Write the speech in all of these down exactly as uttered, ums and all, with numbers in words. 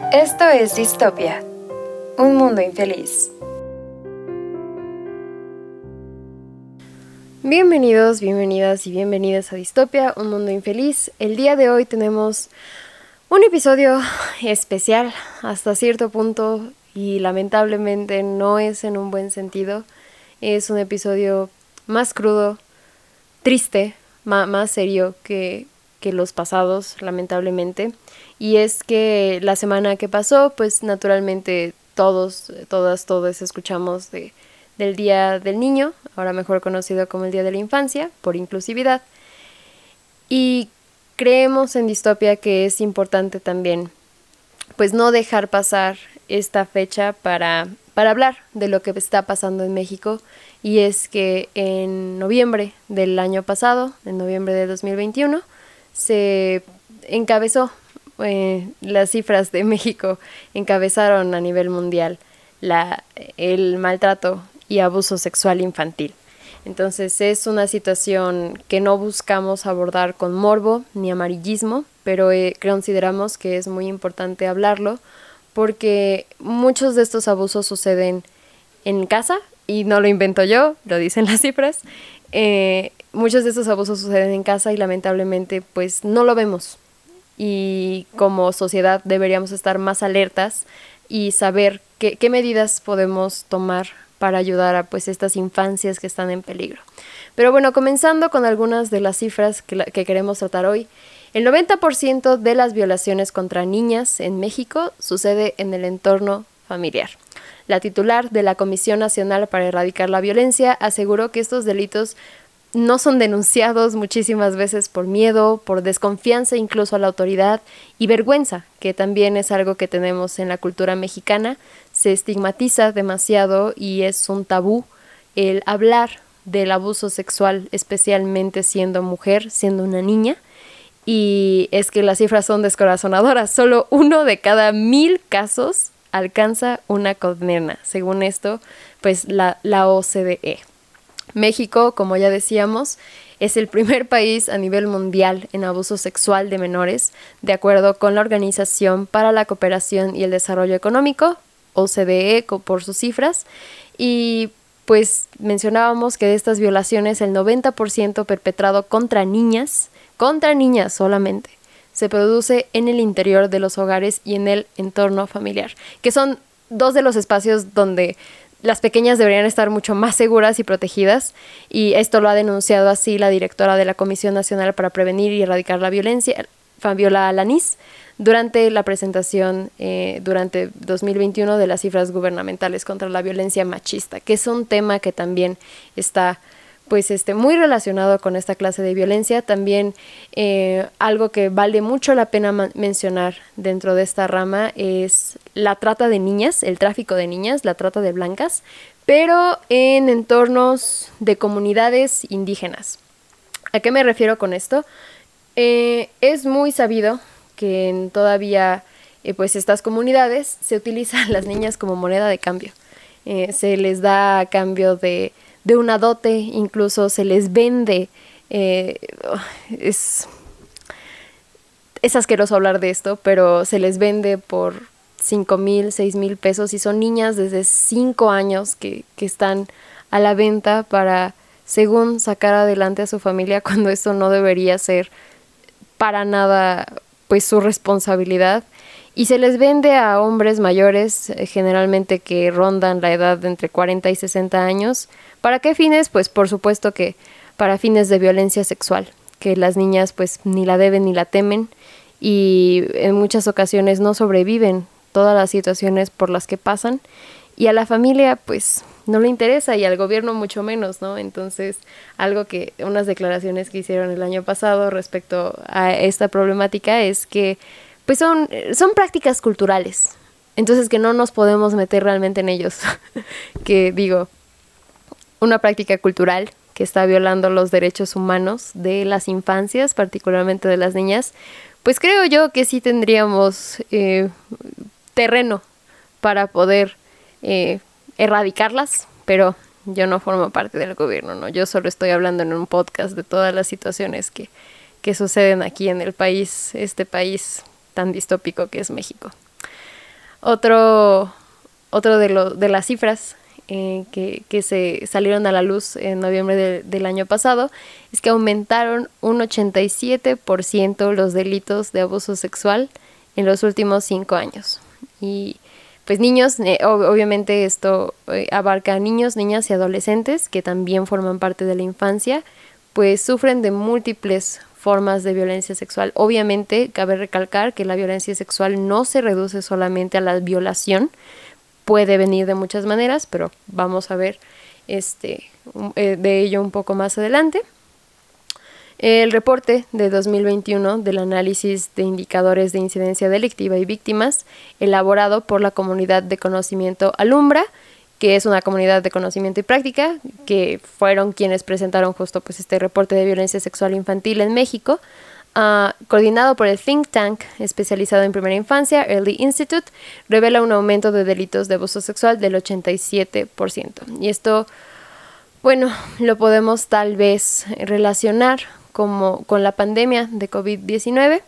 Esto es Distopia, un mundo infeliz. Bienvenidos, bienvenidas y bienvenidas a Distopia, un mundo infeliz. El día de hoy tenemos un episodio especial hasta cierto punto y lamentablemente no es en un buen sentido. Es un episodio más crudo, triste, ma- más serio que, que los pasados, lamentablemente. Y es que la semana que pasó, pues naturalmente todos, todas, todos escuchamos de, del Día del Niño, ahora mejor conocido como el Día de la Infancia, por inclusividad. Y creemos en Distopia que es importante también, pues no dejar pasar esta fecha para, para hablar de lo que está pasando en México. Y es que en noviembre del año pasado, en noviembre de dos mil veintiuno, se encabezó Eh, las cifras de México encabezaron a nivel mundial la, el maltrato y abuso sexual infantil. Entonces es una situación que no buscamos abordar con morbo ni amarillismo, pero eh, consideramos que es muy importante hablarlo porque muchos de estos abusos suceden en casa, y no lo invento yo, lo dicen las cifras. Eh, muchos de estos abusos suceden en casa y lamentablemente pues no lo vemos. Y como sociedad deberíamos estar más alertas y saber qué, qué medidas podemos tomar para ayudar a pues estas infancias que están en peligro. Pero bueno, comenzando con algunas de las cifras que, la, que queremos tratar hoy. El noventa por ciento de las violaciones contra niñas en México sucede en el entorno familiar. La titular de la Comisión Nacional para Erradicar la Violencia aseguró que estos delitos no son denunciados muchísimas veces por miedo, por desconfianza incluso a la autoridad y vergüenza, que también es algo que tenemos en la cultura mexicana. Se estigmatiza demasiado y es un tabú el hablar del abuso sexual, especialmente siendo mujer, siendo una niña. Y es que las cifras son descorazonadoras. Solo uno de cada mil casos alcanza una condena, según esto, pues la, la O C D E. México, como ya decíamos, es el primer país a nivel mundial en abuso sexual de menores, de acuerdo con la Organización para la Cooperación y el Desarrollo Económico, O C D E por sus cifras, y pues mencionábamos que de estas violaciones el noventa por ciento perpetrado contra niñas, contra niñas solamente, se produce en el interior de los hogares y en el entorno familiar, que son dos de los espacios donde las pequeñas deberían estar mucho más seguras y protegidas, y esto lo ha denunciado así la directora de la Comisión Nacional para Prevenir y Erradicar la Violencia, Fabiola Alanís, durante la presentación eh, durante dos mil veintiuno de las cifras gubernamentales contra la violencia machista, que es un tema que también está pues este, muy relacionado con esta clase de violencia. También eh, algo que vale mucho la pena man- mencionar dentro de esta rama es la trata de niñas, el tráfico de niñas, la trata de blancas, pero en entornos de comunidades indígenas. ¿A qué me refiero con esto? Eh, es muy sabido que en todavía eh, pues estas comunidades se utilizan las niñas como moneda de cambio. Eh, se les da a cambio de de una dote, incluso se les vende. Eh, es, es asqueroso hablar de esto, pero se les vende por cinco mil, seis mil pesos y son niñas desde cinco años que, que están a la venta para, según, sacar adelante a su familia, cuando esto no debería ser para nada pues su responsabilidad. Y se les vende a hombres mayores, eh, generalmente que rondan la edad de entre cuarenta y sesenta años. ¿Para qué fines? Pues por supuesto que para fines de violencia sexual, que las niñas pues ni la deben ni la temen y en muchas ocasiones no sobreviven todas las situaciones por las que pasan, y a la familia pues no le interesa y al gobierno mucho menos, ¿no? Entonces, algo que, unas declaraciones que hicieron el año pasado respecto a esta problemática es que pues son, son prácticas culturales, entonces que no nos podemos meter realmente en ellos. Que digo, una práctica cultural que está violando los derechos humanos de las infancias, particularmente de las niñas, pues creo yo que sí tendríamos eh, terreno para poder eh, erradicarlas, pero yo no formo parte del gobierno, ¿no? Yo solo estoy hablando en un podcast de todas las situaciones que, que suceden aquí en el país, este país tan distópico que es México. Otro, otro de, lo, de las cifras eh, que, que se salieron a la luz en noviembre de, del año pasado es que aumentaron un ochenta y siete por ciento los delitos de abuso sexual en los últimos cinco años. Y pues niños, eh, obviamente esto eh, abarca a niños, niñas y adolescentes que también forman parte de la infancia, pues sufren de múltiples formas de violencia sexual. Obviamente cabe recalcar que la violencia sexual no se reduce solamente a la violación, puede venir de muchas maneras, pero vamos a ver este, eh, de ello un poco más adelante. El reporte de dos mil veintiuno del análisis de indicadores de incidencia delictiva y víctimas, elaborado por la Comunidad de Conocimiento Alumbra, que es una comunidad de conocimiento y práctica, que fueron quienes presentaron justo pues, este reporte de violencia sexual infantil en México, uh, coordinado por el think tank especializado en primera infancia, Early Institute, revela un aumento de delitos de abuso sexual del ochenta y siete por ciento. Y esto, bueno, lo podemos tal vez relacionar como con la pandemia de covid diecinueve,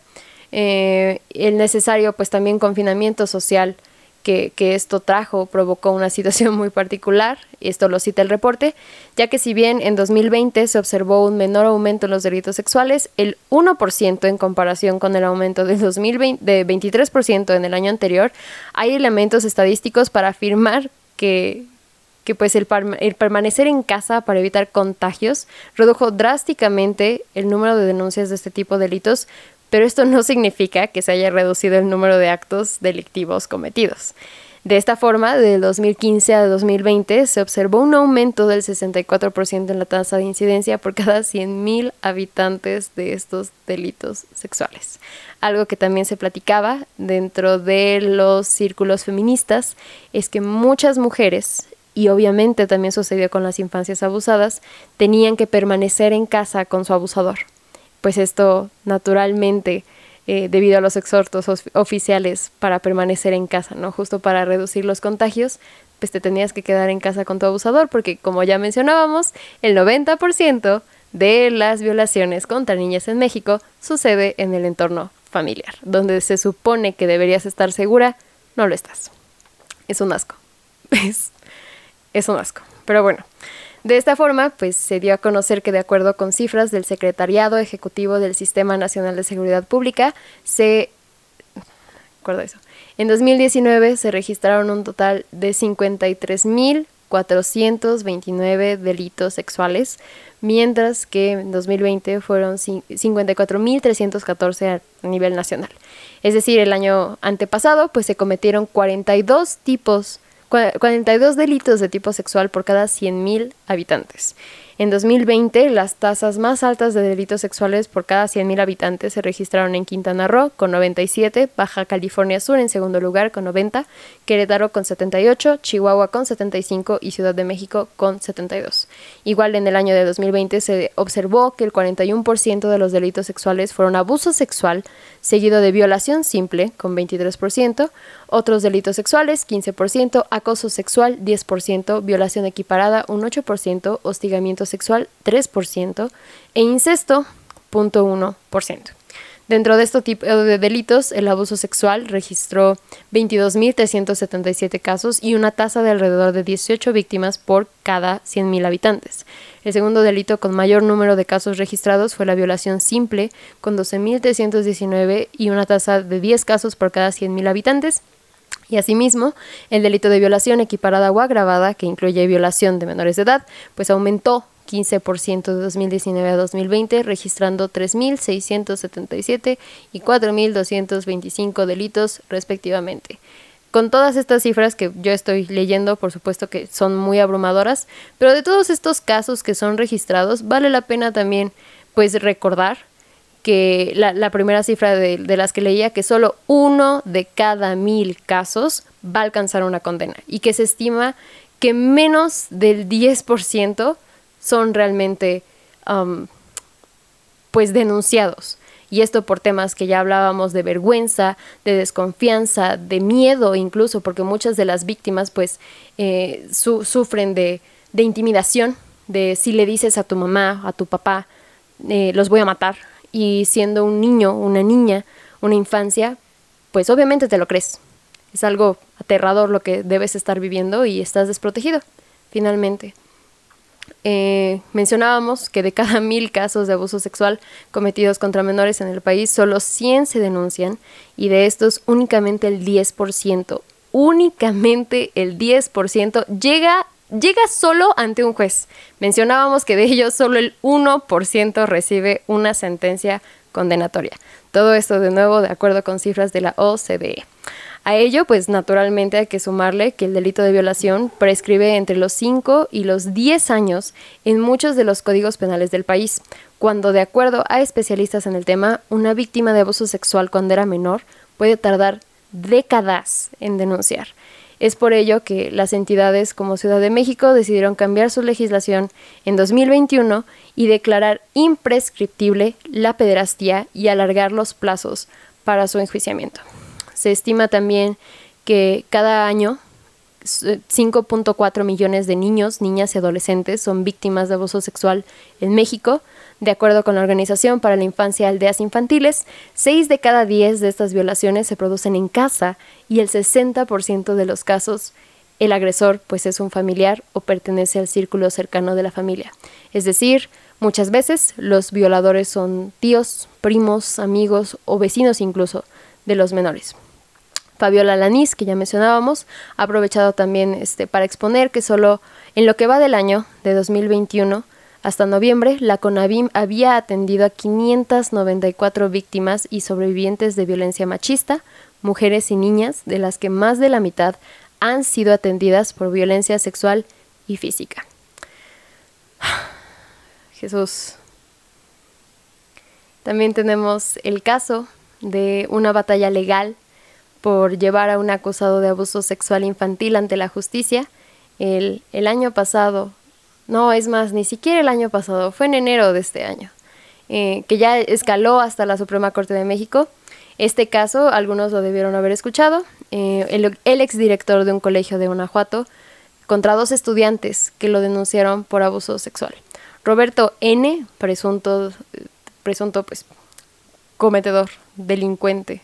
eh, el necesario pues también confinamiento social que, que esto trajo, provocó una situación muy particular, y esto lo cita el reporte, ya que si bien en dos mil veinte se observó un menor aumento en los delitos sexuales, el uno por ciento en comparación con el aumento del dos mil veinte, de veintitrés por ciento en el año anterior, hay elementos estadísticos para afirmar que que pues el, par- el permanecer en casa para evitar contagios redujo drásticamente el número de denuncias de este tipo de delitos, pero esto no significa que se haya reducido el número de actos delictivos cometidos. De esta forma, de dos mil quince a dos mil veinte se observó un aumento del sesenta y cuatro por ciento en la tasa de incidencia por cada cien mil habitantes de estos delitos sexuales. Algo que también se platicaba dentro de los círculos feministas es que muchas mujeres, y obviamente también sucedió con las infancias abusadas, tenían que permanecer en casa con su abusador. Pues esto naturalmente, eh, debido a los exhortos of- oficiales para permanecer en casa, ¿no? Justo para reducir los contagios, pues te tenías que quedar en casa con tu abusador, porque como ya mencionábamos, el noventa por ciento de las violaciones contra niñas en México sucede en el entorno familiar, donde se supone que deberías estar segura, no lo estás. Es un asco. Es Es un asco, pero bueno. De esta forma, pues se dio a conocer que de acuerdo con cifras del Secretariado Ejecutivo del Sistema Nacional de Seguridad Pública, se... Recuerdo eso. En dos mil diecinueve se registraron un total de cincuenta y tres mil cuatrocientos veintinueve delitos sexuales, mientras que en dos mil veinte fueron cincuenta y cuatro mil trescientos catorce a nivel nacional. Es decir, el año antepasado, pues se cometieron cuarenta y dos tipos cuarenta y dos delitos de tipo sexual por cada cien mil habitantes. En dos mil veinte, las tasas más altas de delitos sexuales por cada cien mil habitantes se registraron en Quintana Roo con noventa y siete, Baja California Sur en segundo lugar con noventa, Querétaro con setenta y ocho, Chihuahua con setenta y cinco y Ciudad de México con setenta y dos. Igual en el año de dos mil veinte se observó que el cuarenta y uno por ciento de los delitos sexuales fueron abuso sexual, seguido de violación simple con veintitrés por ciento, otros delitos sexuales quince por ciento, acoso sexual diez por ciento, violación equiparada un ocho por ciento, hostigamiento sexual tres por ciento e incesto cero punto uno por ciento. Dentro de este tipo de delitos, el abuso sexual registró veintidós mil trescientos setenta y siete casos y una tasa de alrededor de dieciocho víctimas por cada cien mil habitantes. El segundo delito con mayor número de casos registrados fue la violación simple, con doce mil trescientos diecinueve y una tasa de diez casos por cada cien mil habitantes. Y asimismo, el delito de violación equiparada o agravada, que incluye violación de menores de edad, pues aumentó quince por ciento de dos mil diecinueve a dos mil veinte, registrando tres mil seiscientos setenta y siete y cuatro mil doscientos veinticinco delitos respectivamente. Con todas estas cifras que yo estoy leyendo, por supuesto que son muy abrumadoras, pero de todos estos casos que son registrados, vale la pena también pues recordar que la, la primera cifra de, de las que leía, que solo uno de cada mil casos va a alcanzar una condena y que se estima que menos del diez por ciento son realmente um, pues denunciados. Y esto por temas que ya hablábamos de vergüenza, de desconfianza, de miedo incluso, porque muchas de las víctimas pues eh, su, sufren de, de intimidación, de si le dices a tu mamá, a tu papá, eh, los voy a matar. Y siendo un niño, una niña, una infancia, pues obviamente te lo crees. es algo aterrador lo que debes estar viviendo y estás desprotegido, finalmente. Eh, mencionábamos que de cada mil casos de abuso sexual cometidos contra menores en el país, solo cien se denuncian y de estos únicamente el diez por ciento, únicamente el diez por ciento llega, llega solo ante un juez. Mencionábamos que de ellos solo el uno por ciento recibe una sentencia condenatoria. Todo esto de nuevo de acuerdo con cifras de la O C D E. A ello, pues naturalmente hay que sumarle que el delito de violación prescribe entre los cinco y los diez años en muchos de los códigos penales del país, cuando de acuerdo a especialistas en el tema, una víctima de abuso sexual cuando era menor puede tardar décadas en denunciar. Es por ello que las entidades como Ciudad de México decidieron cambiar su legislación en dos mil veintiuno y declarar imprescriptible la pederastía y alargar los plazos para su enjuiciamiento. Se estima también que cada año cinco punto cuatro millones de niños, niñas y adolescentes son víctimas de abuso sexual en México. De acuerdo con la Organización para la Infancia y Aldeas Infantiles, seis de cada diez de estas violaciones se producen en casa y el sesenta por ciento de los casos el agresor pues es un familiar o pertenece al círculo cercano de la familia. Es decir, muchas veces los violadores son tíos, primos, amigos o vecinos incluso de los menores. Fabiola Lanís, que ya mencionábamos, ha aprovechado también este, para exponer que solo en lo que va del año de dos mil veintiuno hasta noviembre, la CONAVIM había atendido a quinientas noventa y cuatro víctimas y sobrevivientes de violencia machista, mujeres y niñas, de las que más de la mitad han sido atendidas por violencia sexual y física. Jesús. También tenemos el caso de una batalla legal por llevar a un acusado de abuso sexual infantil ante la justicia. El, el año pasado, no, es más, ni siquiera el año pasado, fue en enero de este año, eh, que ya escaló hasta la Suprema Corte de México. Este caso, algunos lo debieron haber escuchado, eh, el, el exdirector de un colegio de Guanajuato, contra dos estudiantes que lo denunciaron por abuso sexual. Roberto N., presunto, presunto pues, cometedor, delincuente,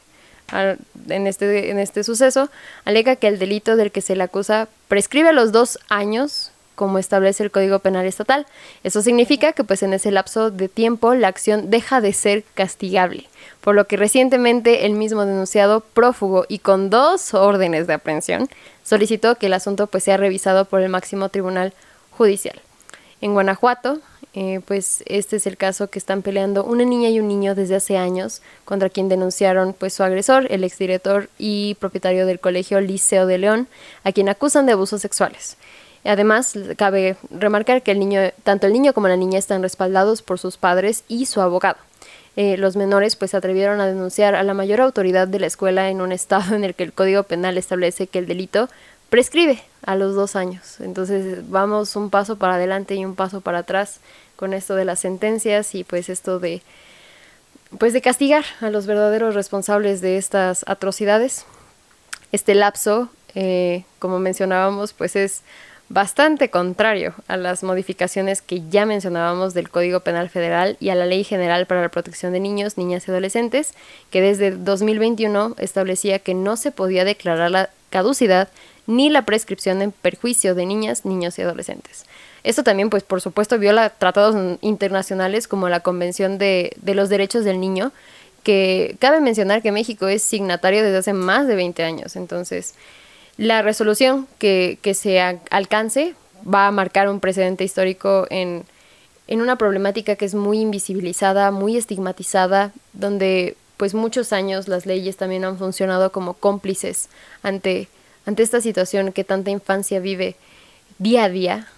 En este, en este suceso, alega que el delito del que se le acusa prescribe a los dos años, como establece el Código Penal Estatal. Eso significa que pues en ese lapso de tiempo la acción deja de ser castigable, por lo que recientemente el mismo denunciado, prófugo y con dos órdenes de aprehensión, solicitó que el asunto pues sea revisado por el máximo tribunal judicial. En Guanajuato, Eh, pues este es el caso que están peleando una niña y un niño desde hace años contra quien denunciaron pues su agresor, el exdirector y propietario del colegio Liceo de León, a quien acusan de abusos sexuales. Además, cabe remarcar que el niño, tanto el niño como la niña están respaldados por sus padres y su abogado. Eh, los menores pues se atrevieron a denunciar a la mayor autoridad de la escuela en un estado en el que el Código Penal establece que el delito prescribe a los dos años. Entonces vamos un paso para adelante y un paso para atrás con esto de las sentencias y pues esto de pues de castigar a los verdaderos responsables de estas atrocidades. Este lapso, eh, como mencionábamos, pues es bastante contrario a las modificaciones que ya mencionábamos del Código Penal Federal y a la Ley General para la Protección de Niños, Niñas y Adolescentes, que desde dos mil veintiuno establecía que no se podía declarar la caducidad ni la prescripción en perjuicio de niñas, niños y adolescentes. Esto también, pues, por supuesto, viola tratados internacionales como la Convención de, de los Derechos del Niño, que cabe mencionar que México es signatario desde hace más de veinte años. Entonces, la resolución que, que se a, alcance va a marcar un precedente histórico en, en una problemática que es muy invisibilizada, muy estigmatizada, donde, pues, muchos años las leyes también han funcionado como cómplices ante, ante esta situación que tanta infancia vive día a día.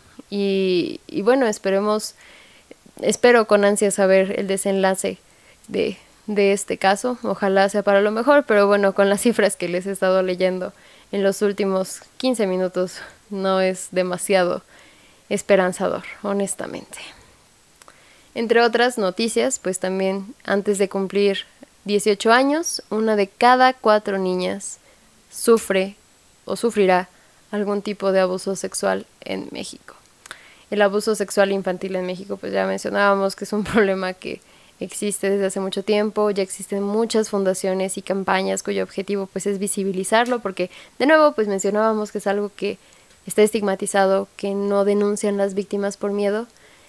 Y, y bueno, esperemos, espero con ansia saber el desenlace de, de este caso. Ojalá sea para lo mejor, pero bueno, con las cifras que les he estado leyendo en los últimos quince minutos, no es demasiado esperanzador, honestamente. Entre otras noticias, pues también antes de cumplir dieciocho años, una de cada cuatro niñas sufre o sufrirá algún tipo de abuso sexual en México. El abuso sexual infantil en México, pues ya mencionábamos que es un problema que existe desde hace mucho tiempo, ya existen muchas fundaciones y campañas cuyo objetivo pues es visibilizarlo, porque de nuevo pues mencionábamos que es algo que está estigmatizado, que no denuncian las víctimas por miedo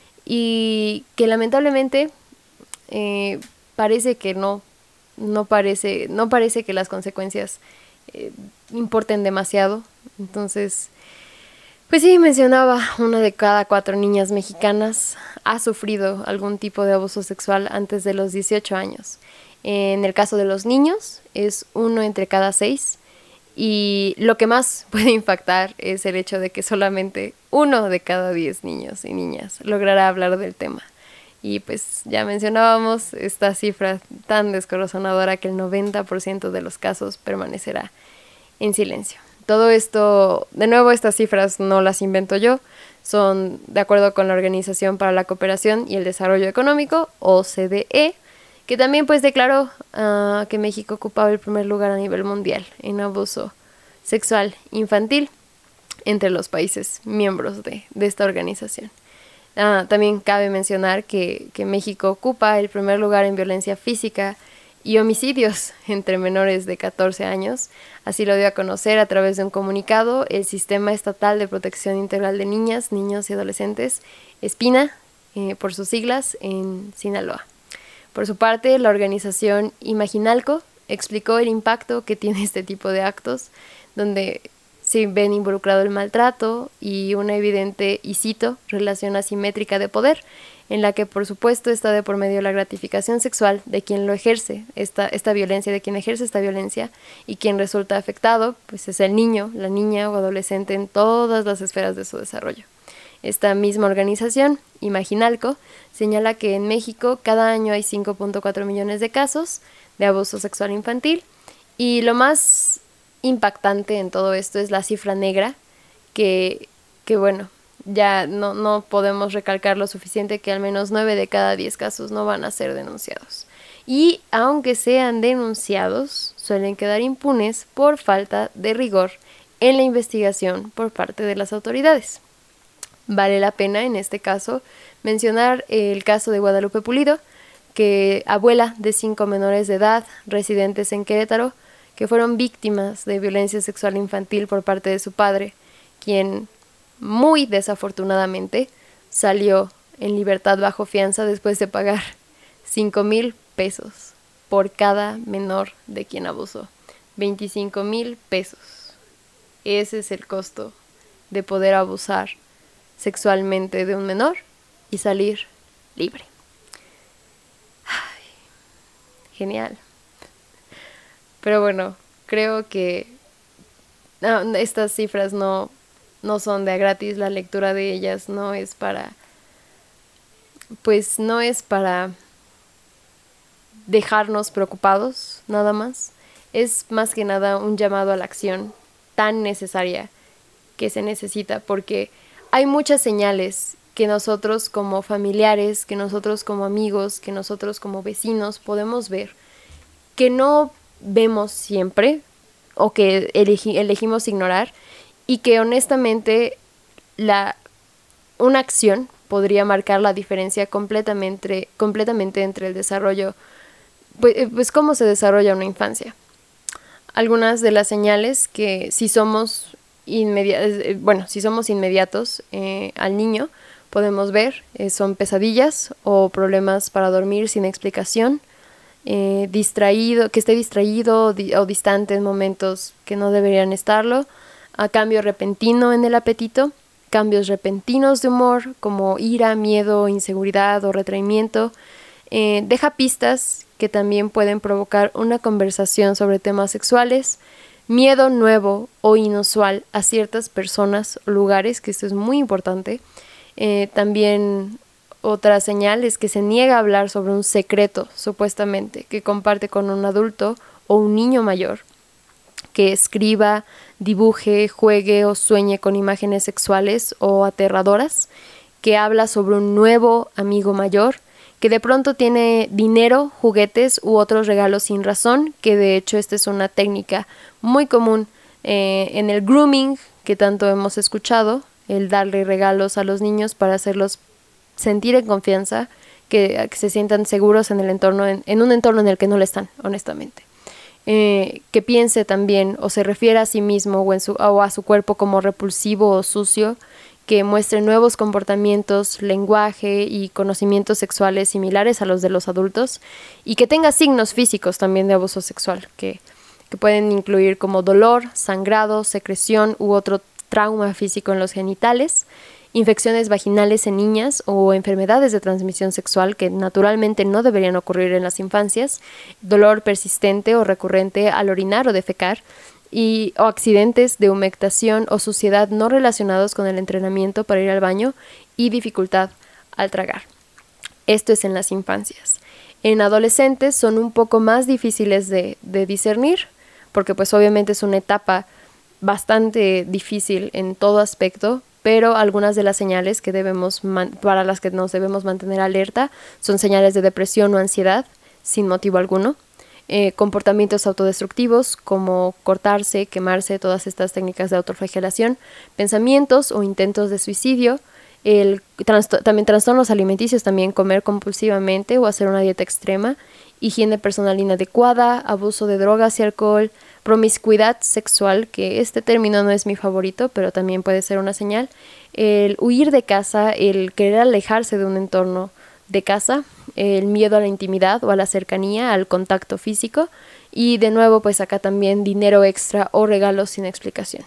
y que lamentablemente eh, parece que no, no parece, no parece que las consecuencias eh, importen demasiado. Entonces, pues sí, mencionaba, una de cada cuatro niñas mexicanas ha sufrido algún tipo de abuso sexual antes de los dieciocho años. En el caso de los niños, es uno entre cada seis. Y lo que más puede impactar es el hecho de que solamente uno de cada diez niños y niñas logrará hablar del tema. Y pues ya mencionábamos esta cifra tan descorazonadora que el noventa por ciento de los casos permanecerá en silencio. Todo esto, de nuevo, estas cifras no las invento yo, son de acuerdo con la Organización para la Cooperación y el Desarrollo Económico, O C D E, que también pues declaró uh, que México ocupaba el primer lugar a nivel mundial en abuso sexual infantil entre los países miembros de, de esta organización. Uh, también cabe mencionar que, que México ocupa el primer lugar en violencia física y homicidios entre menores de catorce años. Así lo dio a conocer a través de un comunicado el Sistema Estatal de Protección Integral de Niñas, Niños y Adolescentes, SPINA, eh, por sus siglas, en Sinaloa. Por su parte, la organización Imaginalco explicó el impacto que tiene este tipo de actos, donde se ven involucrado el maltrato y una evidente, y cito, relación asimétrica de poder, en la que por supuesto está de por medio la gratificación sexual de quien lo ejerce, esta, esta violencia, de quien ejerce esta violencia, y quien resulta afectado, pues es el niño, la niña o adolescente en todas las esferas de su desarrollo. Esta misma organización, Imaginalco, señala que en México cada año hay cinco punto cuatro millones de casos de abuso sexual infantil, y lo más impactante en todo esto es la cifra negra, que, que bueno, ya no, no podemos recalcar lo suficiente que al menos nueve de cada diez casos no van a ser denunciados. Y aunque sean denunciados, suelen quedar impunes por falta de rigor en la investigación por parte de las autoridades. Vale la pena en este caso mencionar el caso de Guadalupe Pulido, que abuela de cinco menores de edad residentes en Querétaro, que fueron víctimas de violencia sexual infantil por parte de su padre, quien muy desafortunadamente salió en libertad bajo fianza después de pagar cinco mil pesos por cada menor de quien abusó. veinticinco mil pesos. Ese es el costo de poder abusar sexualmente de un menor y salir libre. Ay, genial. Pero bueno, creo que no, estas cifras no, no son de a gratis, la lectura de ellas no es para, pues no es para dejarnos preocupados, nada más. Es más que nada un llamado a la acción tan necesaria que se necesita, porque hay muchas señales que nosotros como familiares, que nosotros como amigos, que nosotros como vecinos podemos ver, que no vemos siempre o que elegi- elegimos ignorar, y que honestamente la, una acción podría marcar la diferencia completamente, completamente entre el desarrollo, pues, pues cómo se desarrolla una infancia. Algunas de las señales que si somos inmedi- bueno, si somos inmediatos eh, al niño podemos ver eh, son pesadillas o problemas para dormir sin explicación, Eh, distraído, que esté distraído di- o distante en momentos que no deberían estarlo, a cambio repentino en el apetito, cambios repentinos de humor como ira, miedo, inseguridad o retraimiento. Eh, deja pistas que también pueden provocar una conversación sobre temas sexuales, miedo nuevo o inusual a ciertas personas o lugares, que esto es muy importante. Eh, también otra señal es que se niega a hablar sobre un secreto, supuestamente, que comparte con un adulto o un niño mayor, que escriba, dibuje, juegue o sueñe con imágenes sexuales o aterradoras, que habla sobre un nuevo amigo mayor, que de pronto tiene dinero, juguetes u otros regalos sin razón, que de hecho esta es una técnica muy común eh, en el grooming, que tanto hemos escuchado, el darle regalos a los niños para hacerlos sentir en confianza, que, que se sientan seguros en el entorno, en, en un entorno en el que no lo están, honestamente. Eh, que piense también o se refiere a sí mismo o, en su, o a su cuerpo como repulsivo o sucio, que muestre nuevos comportamientos, lenguaje y conocimientos sexuales similares a los de los adultos, y que tenga signos físicos también de abuso sexual, que, que pueden incluir como dolor, sangrado, secreción u otro trauma físico en los genitales, infecciones vaginales en niñas o enfermedades de transmisión sexual que naturalmente no deberían ocurrir en las infancias, dolor persistente o recurrente al orinar o defecar, y, o accidentes de humectación o suciedad no relacionados con el entrenamiento para ir al baño y dificultad al tragar. Esto es en las infancias. En adolescentes son un poco más difíciles de, de discernir, porque pues obviamente es una etapa bastante difícil en todo aspecto, pero algunas de las señales que debemos man- para las que nos debemos mantener alerta son señales de depresión o ansiedad sin motivo alguno, eh, comportamientos autodestructivos como cortarse, quemarse, todas estas técnicas de autoflagelación, pensamientos o intentos de suicidio, el transt- también trastornos alimenticios, también comer compulsivamente o hacer una dieta extrema, higiene personal inadecuada, abuso de drogas y alcohol, promiscuidad sexual, que este término no es mi favorito, pero también puede ser una señal, el huir de casa, el querer alejarse de un entorno de casa, el miedo a la intimidad o a la cercanía, al contacto físico, y de nuevo pues acá también dinero extra o regalos sin explicación.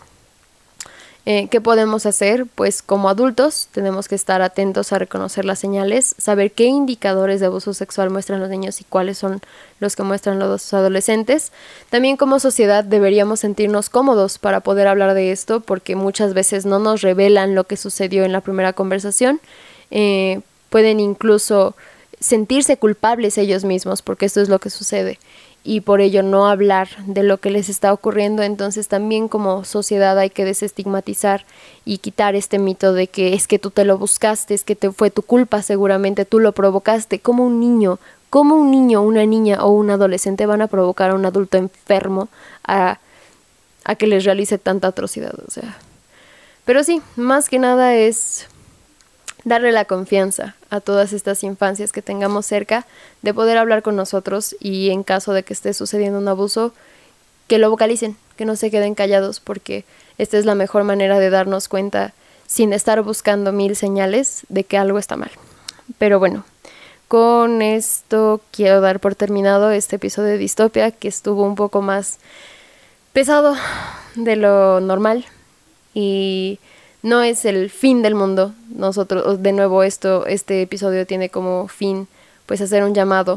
Eh, ¿Qué podemos hacer? Pues como adultos tenemos que estar atentos a reconocer las señales, saber qué indicadores de abuso sexual muestran los niños y cuáles son los que muestran los adolescentes. También como sociedad deberíamos sentirnos cómodos para poder hablar de esto, porque muchas veces no nos revelan lo que sucedió en la primera conversación. Eh, pueden incluso sentirse culpables ellos mismos, porque esto es lo que sucede, y por ello no hablar de lo que les está ocurriendo. Entonces también como sociedad hay que desestigmatizar y quitar este mito de que es que tú te lo buscaste, es que te fue tu culpa, seguramente tú lo provocaste. Como un niño, como un niño, una niña o un adolescente van a provocar a un adulto enfermo a, a que les realice tanta atrocidad, o sea. Pero sí, más que nada es darle la confianza a todas estas infancias que tengamos cerca de poder hablar con nosotros, y en caso de que esté sucediendo un abuso, que lo vocalicen, que no se queden callados, porque esta es la mejor manera de darnos cuenta sin estar buscando mil señales de que algo está mal. Pero bueno, con esto quiero dar por terminado este episodio de Distopia, que estuvo un poco más pesado de lo normal y no es el fin del mundo. Nosotros, de nuevo, esto, este episodio tiene como fin pues hacer un llamado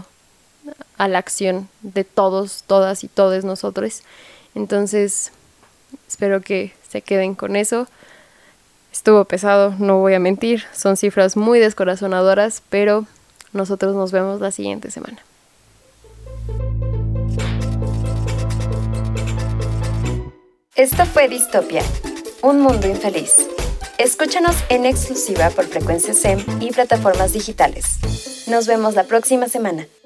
a la acción de todos, todas y todes nosotros. Entonces, espero que se queden con eso. Estuvo pesado, no voy a mentir, son cifras muy descorazonadoras, pero nosotros nos vemos la siguiente semana. Esto fue Distopia, un mundo infeliz. Escúchanos en exclusiva por Frecuencia S E M y plataformas digitales. Nos vemos la próxima semana.